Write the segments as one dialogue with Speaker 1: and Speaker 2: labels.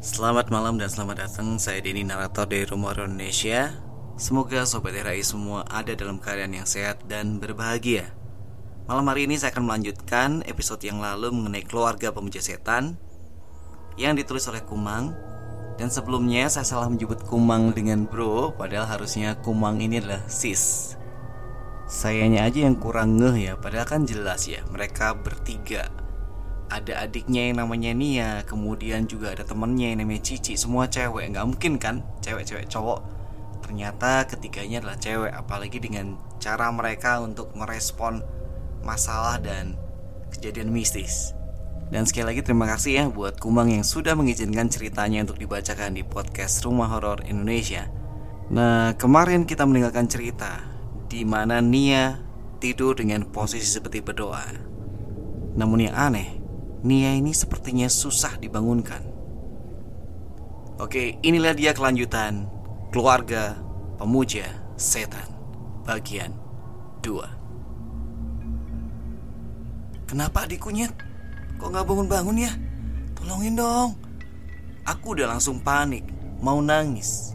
Speaker 1: Selamat malam dan selamat datang. Saya Denny, narator dari Rumah Horor Indonesia. Semoga Sobat RAI semua ada dalam keadaan yang sehat dan berbahagia. Malam hari ini saya akan melanjutkan episode yang lalu mengenai keluarga pemuja setan yang ditulis oleh Kumang. Dan sebelumnya saya salah menyebut Kumang dengan bro, padahal harusnya Kumang ini adalah sis. Sayanya aja yang kurang ngeh ya, padahal kan jelas ya, mereka bertiga. Ada adiknya yang namanya Nia, kemudian juga ada temennya yang namanya Cici. Semua cewek, gak mungkin kan cewek-cewek cowok. Ternyata ketiganya adalah cewek. Apalagi dengan cara mereka untuk merespon masalah dan kejadian mistis. Dan sekali lagi terima kasih ya buat Kumang yang sudah mengizinkan ceritanya untuk dibacakan di podcast Rumah Horor Indonesia. Nah, kemarin kita meninggalkan cerita di mana Nia tidur dengan posisi seperti berdoa. Namun yang aneh, Nia ini sepertinya susah dibangunkan. Oke, inilah dia kelanjutan Keluarga Pemuja Setan bagian 2. Kenapa adikku Nyet? Kok gak bangun-bangun ya? Tolongin dong. Aku udah langsung panik, mau nangis.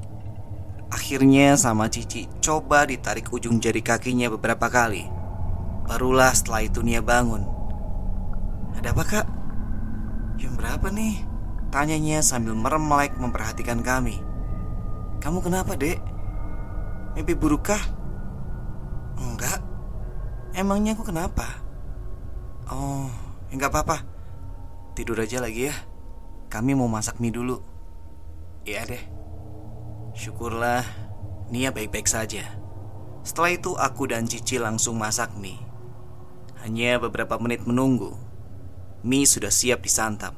Speaker 1: Akhirnya sama Cici coba ditarik ujung jari kakinya beberapa kali. Barulah setelah itu Nia bangun. Ada apa kak? Jam berapa nih? Tanyanya sambil merem melek memperhatikan kami. Kamu kenapa dek? Mimpi buruk kah? Enggak. Emangnya aku kenapa? Oh, enggak apa-apa. Tidur aja lagi ya. Kami mau masak mie dulu. Iya deh. Syukurlah Nia baik-baik saja. Setelah itu aku dan Cici langsung masak mie. Hanya beberapa menit menunggu, mie sudah siap disantap.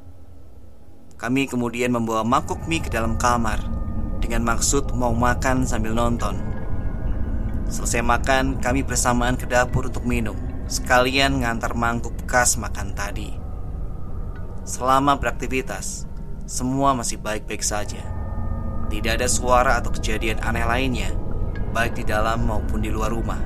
Speaker 1: Kami kemudian membawa mangkuk mie ke dalam kamar dengan maksud mau makan sambil nonton. Selesai makan, kami bersamaan ke dapur untuk minum, sekalian ngantar mangkuk bekas makan tadi. Selama beraktivitas, semua masih baik-baik saja. Tidak ada suara atau kejadian aneh lainnya, baik di dalam maupun di luar rumah.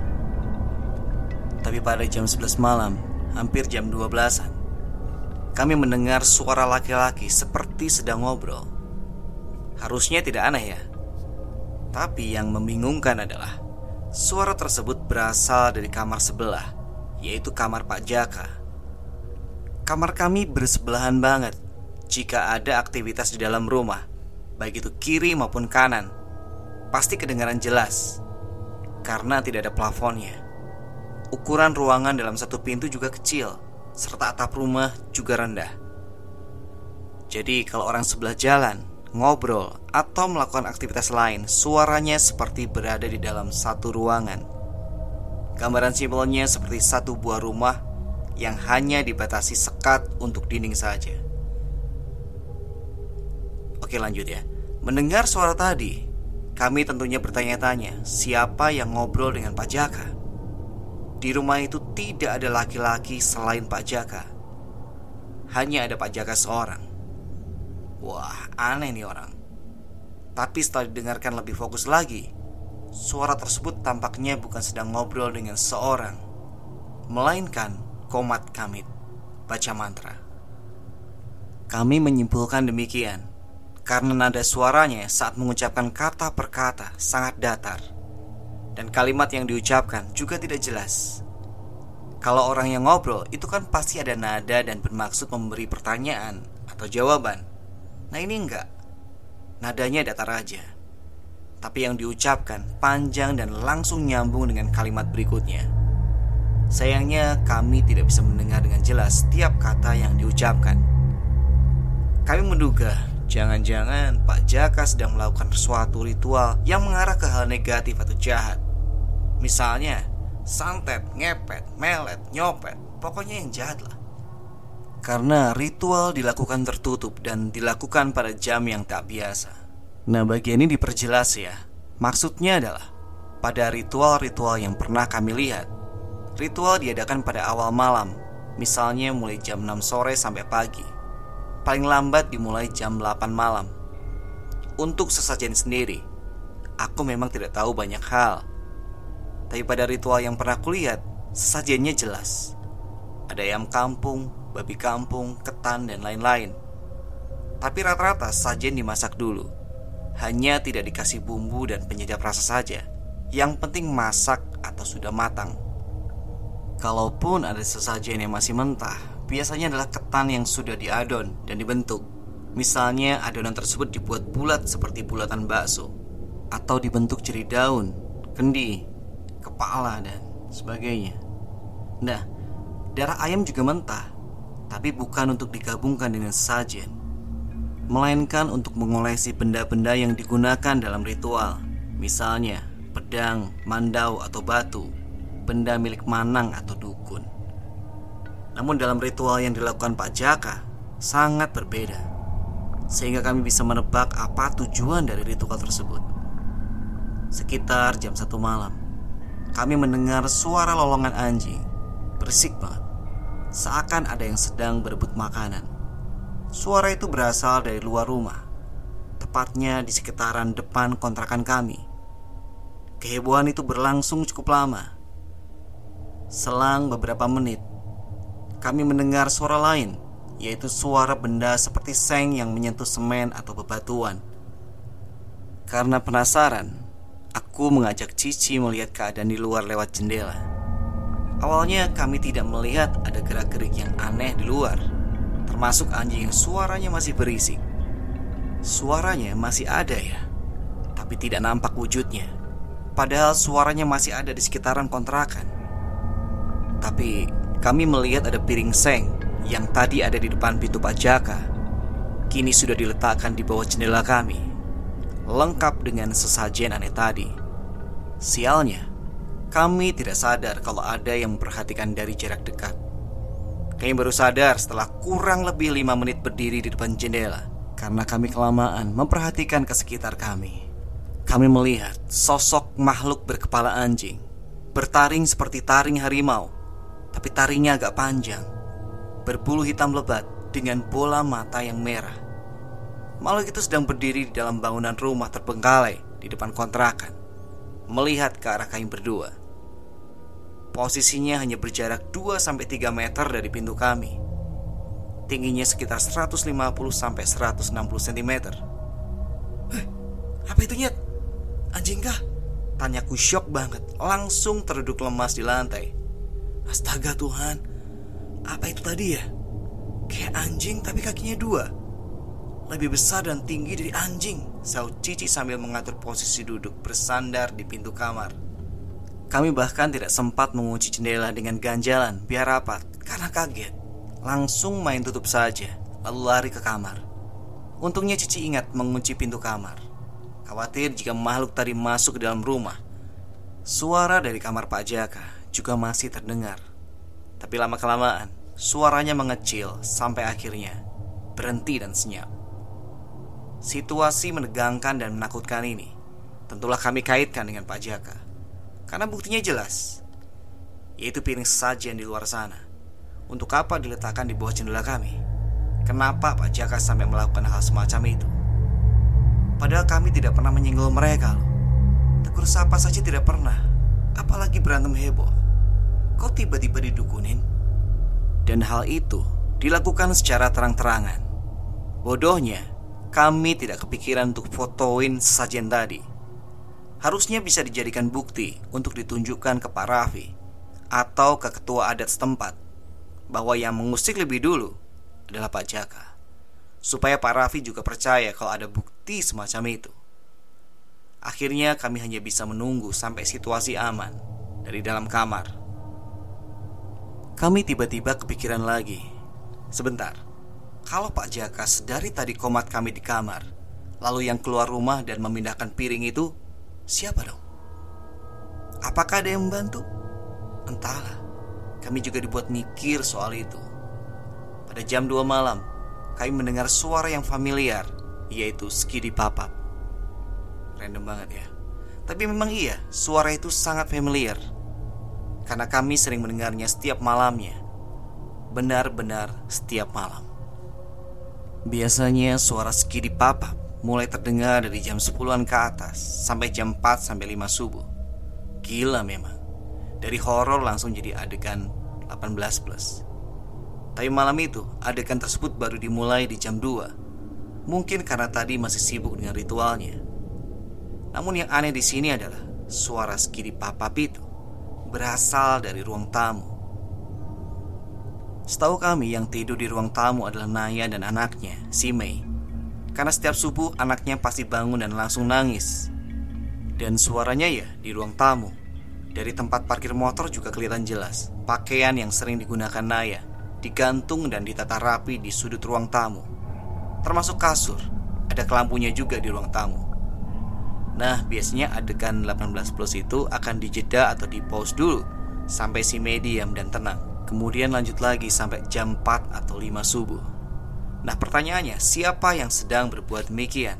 Speaker 1: Tapi pada jam 11 malam, hampir jam 12-an, kami mendengar suara laki-laki seperti sedang ngobrol. Harusnya tidak aneh ya. Tapi yang membingungkan adalah suara tersebut berasal dari kamar sebelah, yaitu kamar Pak Jaka. Kamar kami bersebelahan banget. Jika ada aktivitas di dalam rumah, baik itu kiri maupun kanan, pasti kedengaran jelas karena tidak ada plafonnya. Ukuran ruangan dalam satu pintu juga kecil, serta atap rumah juga rendah. Jadi kalau orang sebelah jalan, ngobrol, atau melakukan aktivitas lain, suaranya seperti berada di dalam satu ruangan. Gambaran simpelnya seperti satu buah rumah yang hanya dibatasi sekat untuk dinding saja. Oke, lanjut ya. Mendengar suara tadi, kami tentunya bertanya-tanya siapa yang ngobrol dengan Pak Jaka. Di rumah itu tidak ada laki-laki selain Pak Jaka. Hanya ada Pak Jaka seorang. Wah, aneh nih orang. Tapi setelah didengarkan lebih fokus lagi, suara tersebut tampaknya bukan sedang ngobrol dengan seorang, melainkan komat kamit, baca mantra. Kami menyimpulkan demikian karena nada suaranya saat mengucapkan kata per kata sangat datar, dan kalimat yang diucapkan juga tidak jelas. Kalau orang yang ngobrol itu kan pasti ada nada dan bermaksud memberi pertanyaan atau jawaban. Nah ini enggak. Nadanya datar aja. Tapi yang diucapkan panjang dan langsung nyambung dengan kalimat berikutnya. Sayangnya kami tidak bisa mendengar dengan jelas setiap kata yang diucapkan. Kami menduga jangan-jangan Pak Jaka sedang melakukan suatu ritual yang mengarah ke hal negatif atau jahat. Misalnya santet, ngepet, melet, nyopet, pokoknya yang jahat lah. Karena ritual dilakukan tertutup dan dilakukan pada jam yang tak biasa. Nah, bagian ini diperjelas ya. Maksudnya adalah pada ritual-ritual yang pernah kami lihat, ritual diadakan pada awal malam, misalnya mulai jam 6 sore sampai pagi. Paling lambat dimulai jam 8 malam. Untuk sesajen sendiri, aku memang tidak tahu banyak hal. Tapi pada ritual yang pernah kulihat, sesajennya jelas. Ada ayam kampung, babi kampung, ketan, dan lain-lain. Tapi rata-rata sajian dimasak dulu. Hanya tidak dikasih bumbu dan penyedap rasa saja. Yang penting masak atau sudah matang. Kalaupun ada sesajen yang masih mentah, biasanya adalah ketan yang sudah diadon dan dibentuk. Misalnya adonan tersebut dibuat bulat seperti bulatan bakso, atau dibentuk jadi daun, kendi, kepala, dan sebagainya. Nah, darah ayam juga mentah, tapi bukan untuk digabungkan dengan sesajen, melainkan untuk mengolesi benda-benda yang digunakan dalam ritual. Misalnya pedang, mandau atau batu, benda milik manang atau dukun. Namun dalam ritual yang dilakukan Pak Jaka sangat berbeda, sehingga kami bisa menebak apa tujuan dari ritual tersebut. Sekitar jam 1 malam, kami mendengar suara lolongan anjing. Berisik banget, seakan ada yang sedang berebut makanan. Suara itu berasal dari luar rumah, tepatnya di sekitaran depan kontrakan kami. Kehebohan itu berlangsung cukup lama. Selang beberapa menit, kami mendengar suara lain, yaitu suara benda seperti seng yang menyentuh semen atau bebatuan. Karena penasaran, aku mengajak Cici melihat keadaan di luar lewat jendela. Awalnya kami tidak melihat ada gerak-gerik yang aneh di luar, termasuk anjing yang suaranya masih berisik. Suaranya masih ada ya, tapi tidak nampak wujudnya. Padahal suaranya masih ada di sekitaran kontrakan. Tapi kami melihat ada piring seng yang tadi ada di depan pintu Pak Jaka, kini sudah diletakkan di bawah jendela kami, lengkap dengan sesajen aneh tadi. Sialnya, kami tidak sadar kalau ada yang memperhatikan dari jarak dekat. Kami baru sadar setelah kurang lebih 5 menit berdiri di depan jendela, karena kami kelamaan memperhatikan ke sekitar kami. Kami melihat sosok makhluk berkepala anjing, bertaring seperti taring harimau, tapi taringnya agak panjang, berbulu hitam lebat dengan bola mata yang merah. Makhluk itu sedang berdiri di dalam bangunan rumah terbengkalai di depan kontrakan, melihat ke arah kami berdua. Posisinya hanya berjarak 2-3 meter dari pintu kami. Tingginya sekitar 150-160 cm. Apa itu, Nyet? Anjing kah? Tanyaku syok banget, langsung terduduk lemas di lantai. Astaga Tuhan, apa itu tadi ya? Kayak anjing tapi kakinya 2, lebih besar dan tinggi dari anjing, saut Cici sambil mengatur posisi duduk bersandar di pintu kamar. Kami bahkan tidak sempat mengunci jendela dengan ganjalan biar rapat karena kaget. Langsung main tutup saja, lalu lari ke kamar. Untungnya Cici ingat mengunci pintu kamar, khawatir jika makhluk tadi masuk ke dalam rumah. Suara dari kamar Pak Jaka juga masih terdengar, tapi lama-kelamaan suaranya mengecil sampai akhirnya berhenti dan senyap. Situasi menegangkan dan menakutkan ini tentulah kami kaitkan dengan Pak Jaka, karena buktinya jelas, yaitu piring sajian di luar sana. Untuk apa diletakkan di bawah jendela kami? Kenapa Pak Jaka sampai melakukan hal semacam itu? Padahal kami tidak pernah menyinggol mereka loh. Tegur sapa saja tidak pernah, apalagi berantem heboh. Kok tiba-tiba didukunin? Dan hal itu dilakukan secara terang-terangan. Bodohnya, kami tidak kepikiran untuk fotoin sesajen tadi. Harusnya bisa dijadikan bukti untuk ditunjukkan ke Pak Raffi atau ke ketua adat setempat bahwa yang mengusik lebih dulu adalah Pak Jaka, supaya Pak Raffi juga percaya kalau ada bukti semacam itu. Akhirnya kami hanya bisa menunggu sampai situasi aman dari dalam kamar. Kami tiba-tiba kepikiran lagi, sebentar, kalau Pak Jaka sedari tadi komat kami di kamar, lalu yang keluar rumah dan memindahkan piring itu siapa dong? Apakah ada yang membantu? Entahlah. Kami juga dibuat mikir soal itu. Pada jam 2 malam, kami mendengar suara yang familiar, yaitu Skidi Papap. Random banget ya. Tapi memang iya, suara itu sangat familiar, karena kami sering mendengarnya setiap malamnya. Benar-benar setiap malam. Biasanya suara Skidi Papap mulai terdengar dari jam 10-an ke atas sampai jam 4-5 subuh. Gila memang. Dari horor langsung jadi adegan 18+. Tapi malam itu adegan tersebut baru dimulai di jam 2. Mungkin karena tadi masih sibuk dengan ritualnya. Namun yang aneh di sini adalah suara skidi papap itu berasal dari ruang tamu. Setahu kami yang tidur di ruang tamu adalah Naya dan anaknya, si Mei. Karena setiap subuh anaknya pasti bangun dan langsung nangis. Dan suaranya ya di ruang tamu. Dari tempat parkir motor juga kelihatan jelas. Pakaian yang sering digunakan Naya digantung dan ditata rapi di sudut ruang tamu. Termasuk kasur, ada kelampunya juga di ruang tamu. Nah, biasanya adegan 18 plus itu akan dijeda atau di pause dulu sampai si Mei diam dan tenang. Kemudian lanjut lagi sampai jam 4 atau 5 subuh. Nah, pertanyaannya, siapa yang sedang berbuat demikian?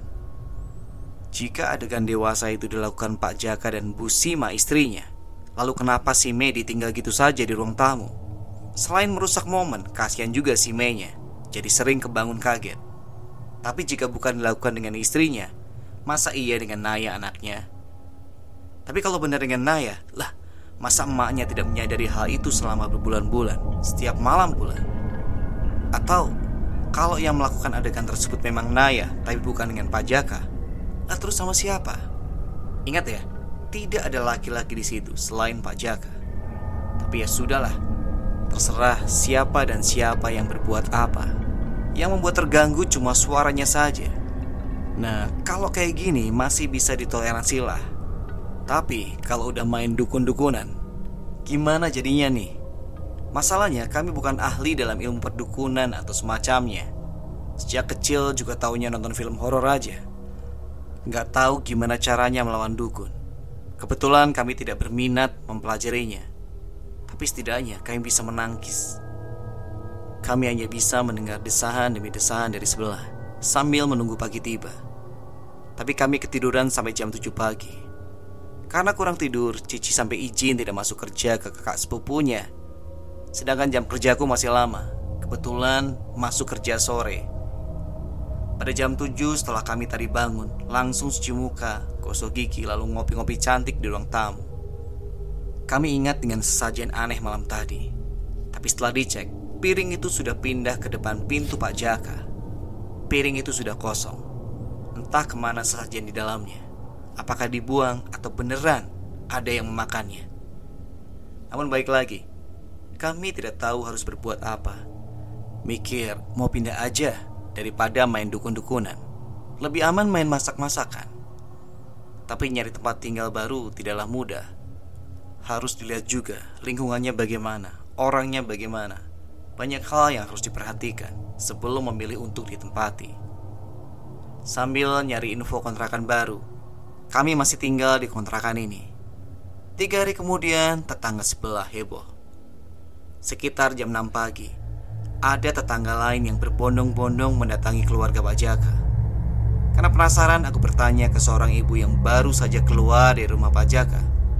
Speaker 1: Jika adegan dewasa itu dilakukan Pak Jaka dan Bu Sima istrinya, lalu kenapa si Mei ditinggal gitu saja di ruang tamu? Selain merusak momen, kasihan juga si Mei-nya, jadi sering kebangun kaget. Tapi jika bukan dilakukan dengan istrinya, masa iya dengan Naya anaknya? Tapi kalau benar dengan Naya, lah, masa emaknya tidak menyadari hal itu selama berbulan-bulan, setiap malam pula? Atau kalau yang melakukan adegan tersebut memang Naya, tapi bukan dengan Pak Jaka, lah terus sama siapa? Ingat ya, tidak ada laki-laki di situ selain Pak Jaka. Tapi ya sudahlah, terserah siapa dan siapa yang berbuat apa. Yang membuat terganggu cuma suaranya saja. Nah, kalau kayak gini masih bisa ditoleransi lah. Tapi kalau udah main dukun-dukunan, gimana jadinya nih? Masalahnya kami bukan ahli dalam ilmu perdukunan atau semacamnya. Sejak kecil juga taunya nonton film horor aja. Gak tahu gimana caranya melawan dukun. Kebetulan kami tidak berminat mempelajarinya. Tapi setidaknya kami bisa menangkis. Kami hanya bisa mendengar desahan demi desahan dari sebelah sambil menunggu pagi tiba. Tapi kami ketiduran sampai jam 7 pagi. Karena kurang tidur, Cici sampai izin tidak masuk kerja ke kakak sepupunya. Sedangkan jam kerjaku masih lama. Kebetulan masuk kerja sore. Pada jam 7 setelah kami tadi bangun, langsung cuci muka, gosok gigi, lalu ngopi-ngopi cantik di ruang tamu. Kami ingat dengan sesajen aneh malam tadi. Tapi setelah dicek, piring itu sudah pindah ke depan pintu Pak Jaka. Piring itu sudah kosong. Entah kemana sesajen di dalamnya. Apakah dibuang atau beneran ada yang memakannya? Namun baik lagi, kami tidak tahu harus berbuat apa. Mikir mau pindah aja daripada main dukun-dukunan. Lebih aman main masak-masakan. Tapi nyari tempat tinggal baru tidaklah mudah. Harus dilihat juga lingkungannya bagaimana, orangnya bagaimana. Banyak hal yang harus diperhatikan sebelum memilih untuk ditempati. Sambil nyari info kontrakan baru, kami masih tinggal di kontrakan ini. 3 hari kemudian tetangga sebelah heboh. Sekitar jam 6 pagi, ada tetangga lain yang berbondong-bondong mendatangi keluarga Pak Jaka. Karena penasaran, aku bertanya ke seorang ibu yang baru saja keluar dari rumah Pak Jaka.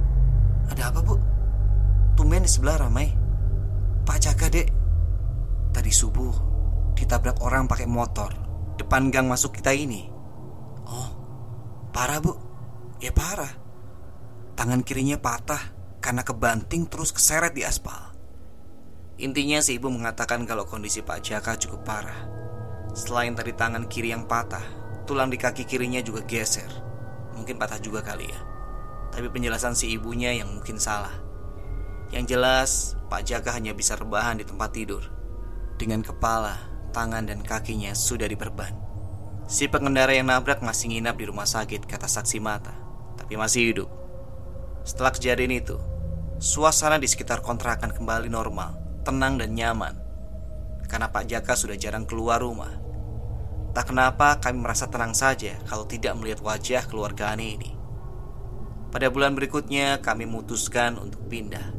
Speaker 1: Ada apa, Bu? Tumben di sebelah ramai. Pak Jaka, Dek, tadi subuh ditabrak orang pakai motor depan gang masuk kita ini. Oh, parah, Bu? Ya parah. Tangan kirinya patah karena kebanting terus keseret di aspal. Intinya si ibu mengatakan kalau kondisi Pak Jaka cukup parah. Selain tadi tangan kiri yang patah, tulang di kaki kirinya juga geser. Mungkin patah juga kali ya. Tapi penjelasan si ibunya yang mungkin salah. Yang jelas Pak Jaka hanya bisa rebahan di tempat tidur. Dengan kepala, tangan dan kakinya sudah diperban. Si pengendara yang nabrak masih nginap di rumah sakit, kata saksi mata, tapi masih hidup. Setelah kejadian itu, suasana di sekitar kontrakan kembali normal, tenang dan nyaman. Karena Pak Jaka sudah jarang keluar rumah. Tak kenapa kami merasa tenang saja kalau tidak melihat wajah keluarga aneh ini. Pada bulan berikutnya kami memutuskan untuk pindah.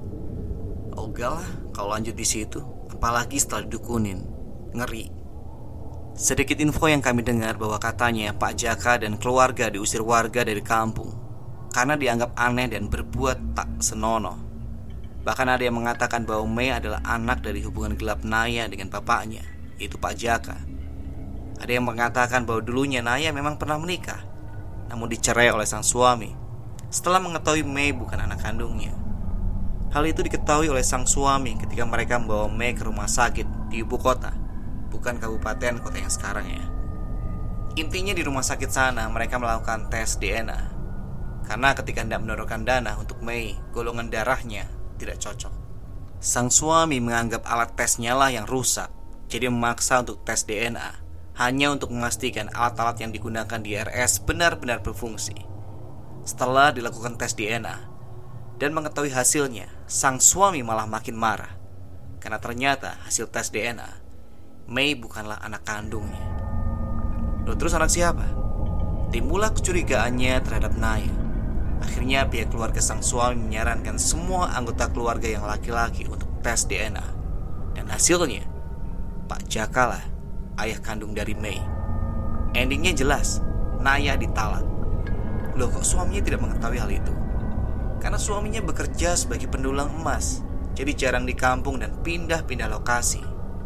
Speaker 1: Ogah lah kalau lanjut di situ, apalagi setelah didukunin. Ngeri. Sedikit info yang kami dengar bahwa katanya Pak Jaka dan keluarga diusir warga dari kampung karena dianggap aneh dan berbuat tak senonoh. Bahkan ada yang mengatakan bahwa Mei adalah anak dari hubungan gelap Naya dengan bapaknya, yaitu Pak Jaka. Ada yang mengatakan bahwa dulunya Naya memang pernah menikah, namun dicerai oleh sang suami setelah mengetahui Mei bukan anak kandungnya. Hal itu diketahui oleh sang suami ketika mereka membawa Mei ke rumah sakit di ibu kota, bukan kabupaten kota yang sekarang ya. Intinya di rumah sakit sana mereka melakukan tes DNA, karena ketika hendak mendonorkan dana untuk Mei, golongan darahnya tidak cocok. Sang suami menganggap alat tesnya lah yang rusak, jadi memaksa untuk tes DNA, hanya untuk memastikan alat-alat yang digunakan di RS benar-benar berfungsi. Setelah dilakukan tes DNA dan mengetahui hasilnya, sang suami malah makin marah, karena ternyata hasil tes DNA, Mei bukanlah anak kandungnya. Loh, terus anak siapa? Timbullah kecurigaannya terhadap Naya. Akhirnya pihak keluarga sang suami menyarankan semua anggota keluarga yang laki-laki untuk tes DNA. Dan hasilnya, Pak Jaka lah ayah kandung dari Mei. Endingnya jelas, Naya ditalak. Loh, kok suaminya tidak mengetahui hal itu? Karena suaminya bekerja sebagai pendulang emas, jadi jarang di kampung dan pindah-pindah lokasi.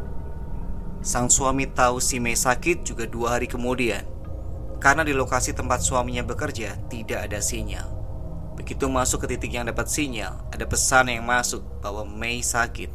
Speaker 1: Sang suami tahu si Mei sakit juga 2 hari kemudian, karena di lokasi tempat suaminya bekerja tidak ada sinyal. Begitu masuk ke titik yang dapat sinyal, ada pesan yang masuk bahwa Mei sakit.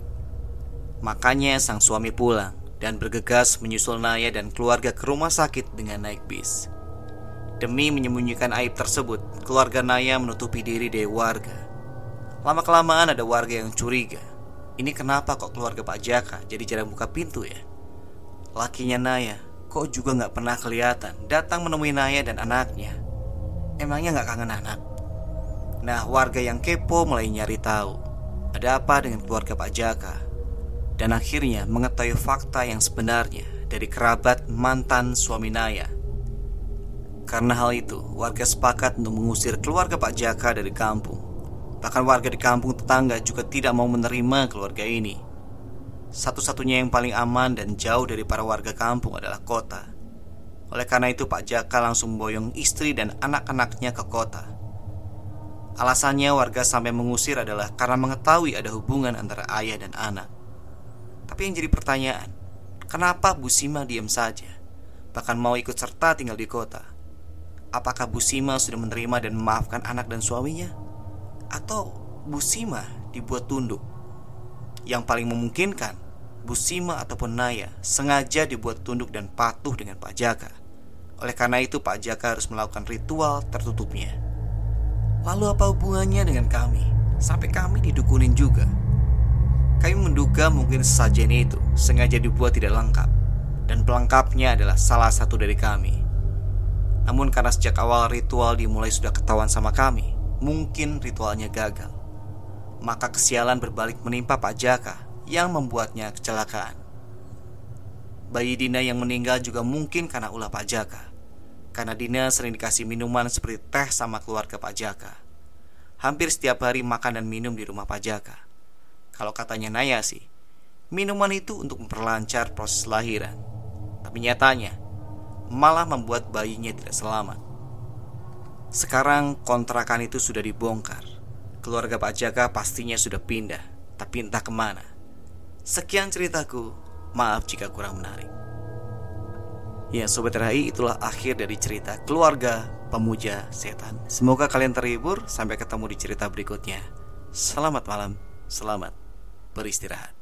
Speaker 1: Makanya sang suami pulang dan bergegas menyusul Naya dan keluarga ke rumah sakit dengan naik bis. Demi menyembunyikan aib tersebut, keluarga Naya menutupi diri dari warga. Lama-kelamaan ada warga yang curiga. Ini kenapa kok keluarga Pak Jaka jadi jarang buka pintu ya? Lakinya Naya kok juga gak pernah kelihatan datang menemui Naya dan anaknya. Emangnya gak kangen anak? Nah, warga yang kepo mulai nyari tahu ada apa dengan keluarga Pak Jaka, dan akhirnya mengetahui fakta yang sebenarnya dari kerabat mantan suami Naya. Karena hal itu, warga sepakat untuk mengusir keluarga Pak Jaka dari kampung. Bahkan warga di kampung tetangga juga tidak mau menerima keluarga ini. Satu-satunya yang paling aman dan jauh dari para warga kampung adalah kota. Oleh karena itu Pak Jaka langsung memboyong istri dan anak-anaknya ke kota. Alasannya warga sampai mengusir adalah karena mengetahui ada hubungan antara ayah dan anak. Tapi yang jadi pertanyaan, kenapa Bu Sima diam saja, bahkan mau ikut serta tinggal di kota? Apakah Bu Sima sudah menerima dan memaafkan anak dan suaminya? Atau Bu Sima dibuat tunduk? Yang paling memungkinkan, Bu Sima ataupun Naya sengaja dibuat tunduk dan patuh dengan Pak Jaka. Oleh karena itu Pak Jaka harus melakukan ritual tertutupnya. Lalu apa hubungannya dengan kami? Sampai kami didukunin juga. Kami menduga mungkin sesajen itu sengaja dibuat tidak lengkap, dan pelengkapnya adalah salah satu dari kami. Namun karena sejak awal ritual dimulai sudah ketahuan sama kami, mungkin ritualnya gagal. Maka kesialan berbalik menimpa Pak Jaka yang membuatnya kecelakaan. Bayi Dina yang meninggal juga mungkin karena ulah Pak Jaka, karena Dina sering dikasih minuman seperti teh sama keluarga Pak Jaka. Hampir setiap hari makan dan minum di rumah Pak Jaka. Kalau katanya Naya sih, minuman itu untuk memperlancar proses lahiran. Tapi nyatanya malah membuat bayinya tidak selamat. Sekarang kontrakan itu sudah dibongkar. Keluarga Pak Jaka pastinya sudah pindah, tapi entah kemana. Sekian ceritaku, maaf jika kurang menarik. Ya Sobat RHI, itulah akhir dari cerita keluarga pemuja setan. Semoga kalian terhibur. Sampai ketemu di cerita berikutnya. Selamat malam, selamat beristirahat.